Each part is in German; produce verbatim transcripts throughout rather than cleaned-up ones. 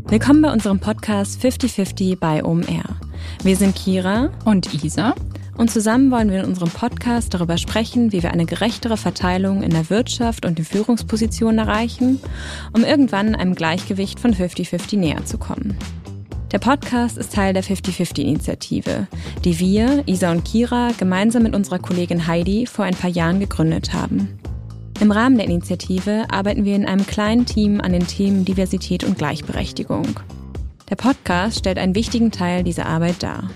Willkommen bei unserem Podcast fifty fifty bei O M R. Wir sind Kira und Isa und zusammen wollen wir in unserem Podcast darüber sprechen, wie wir eine gerechtere Verteilung in der Wirtschaft und in Führungspositionen erreichen, um irgendwann einem Gleichgewicht von fifty fifty näher zu kommen. Der Podcast ist Teil der fifty fifty Initiative, die wir, Isa und Kira, gemeinsam mit unserer Kollegin Heidi vor ein paar Jahren gegründet haben. Im Rahmen der Initiative arbeiten wir in einem kleinen Team an den Themen Diversität und Gleichberechtigung. Der Podcast stellt einen wichtigen Teil dieser Arbeit dar.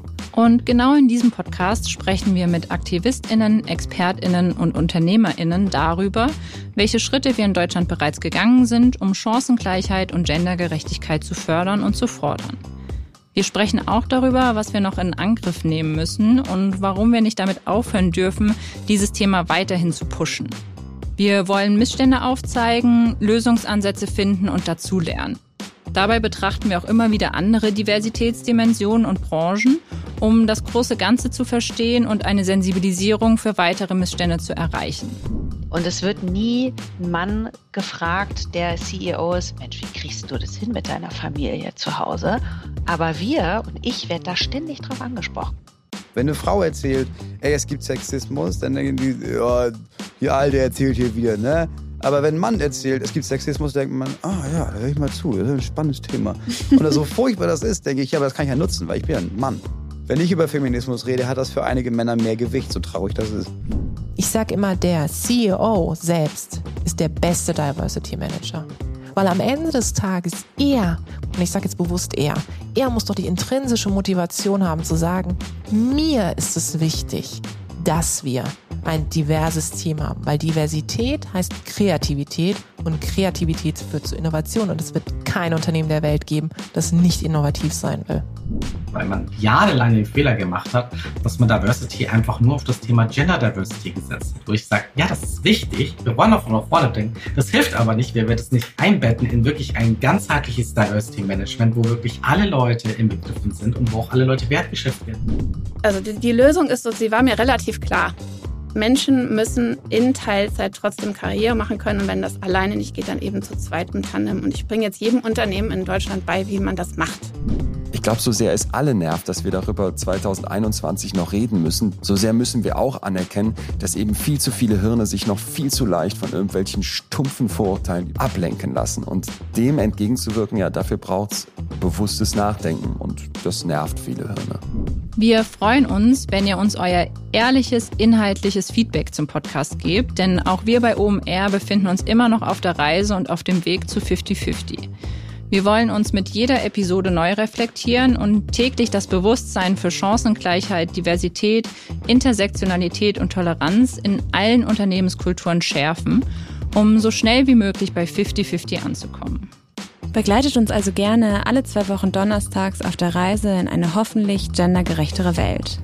Und genau in diesem Podcast sprechen wir mit AktivistInnen, ExpertInnen und UnternehmerInnen darüber, welche Schritte wir in Deutschland bereits gegangen sind, um Chancengleichheit und Gendergerechtigkeit zu fördern und zu fordern. Wir sprechen auch darüber, was wir noch in Angriff nehmen müssen und warum wir nicht damit aufhören dürfen, dieses Thema weiterhin zu pushen. Wir wollen Missstände aufzeigen, Lösungsansätze finden und dazulernen. Dabei betrachten wir auch immer wieder andere Diversitätsdimensionen und Branchen, um das große Ganze zu verstehen und eine Sensibilisierung für weitere Missstände zu erreichen. Und es wird nie ein Mann gefragt, der C E O ist, Mensch, wie kriegst du das hin mit deiner Familie zu Hause? Aber wir und ich werden da ständig drauf angesprochen. Wenn eine Frau erzählt, ey, es gibt Sexismus, dann denken die, ja, die Alte erzählt hier wieder, ne? Aber wenn ein Mann erzählt, es gibt Sexismus, denkt man, ah ja, da höre ich mal zu, das ist ein spannendes Thema. Und so furchtbar das ist, denke ich, ja, aber das kann ich ja nutzen, weil ich bin ja ein Mann. Wenn ich über Feminismus rede, hat das für einige Männer mehr Gewicht, so traurig das ist. Ich sage immer, der C E O selbst ist der beste Diversity Manager. Weil am Ende des Tages er, und ich sage jetzt bewusst er, er muss doch die intrinsische Motivation haben zu sagen, mir ist es wichtig, dass wir ein diverses Team haben. Weil Diversität heißt Kreativität und Kreativität führt zu Innovation. Und es wird kein Unternehmen der Welt geben, das nicht innovativ sein will. Weil man jahrelang den Fehler gemacht hat, dass man Diversity einfach nur auf das Thema Gender Diversity gesetzt hat. Wo ich sage, ja, das ist wichtig, wir wollen auch von vorne denken. Das hilft aber nicht, wenn wir das nicht einbetten in wirklich ein ganzheitliches Diversity Management, wo wirklich alle Leute inbegriffen sind und wo auch alle Leute wertgeschätzt werden. Also die, die Lösung ist so, sie war mir relativ klar. Menschen müssen in Teilzeit trotzdem Karriere machen können und wenn das alleine nicht geht, dann eben zu zweit im Tandem. Und ich bringe jetzt jedem Unternehmen in Deutschland bei, wie man das macht. Ich glaube, so sehr es alle nervt, dass wir darüber zwanzig einundzwanzig noch reden müssen, so sehr müssen wir auch anerkennen, dass eben viel zu viele Hirne sich noch viel zu leicht von irgendwelchen stumpfen Vorurteilen ablenken lassen. Und dem entgegenzuwirken, ja, dafür braucht es bewusstes Nachdenken und das nervt viele Hirne. Wir freuen uns, wenn ihr uns euer ehrliches, inhaltliches Feedback zum Podcast gebt, denn auch wir bei O M R befinden uns immer noch auf der Reise und auf dem Weg zu fifty fifty. Wir wollen uns mit jeder Episode neu reflektieren und täglich das Bewusstsein für Chancengleichheit, Diversität, Intersektionalität und Toleranz in allen Unternehmenskulturen schärfen, um so schnell wie möglich bei fifty fifty anzukommen. Begleitet uns also gerne alle zwei Wochen donnerstags auf der Reise in eine hoffentlich gendergerechtere Welt.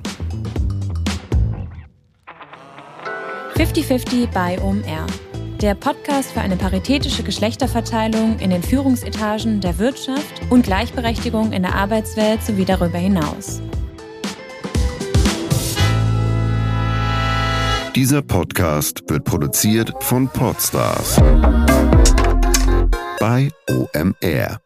fifty fifty bei O M R. Der Podcast für eine paritätische Geschlechterverteilung in den Führungsetagen der Wirtschaft und Gleichberechtigung in der Arbeitswelt sowie darüber hinaus. Dieser Podcast wird produziert von Podstars bei O M R.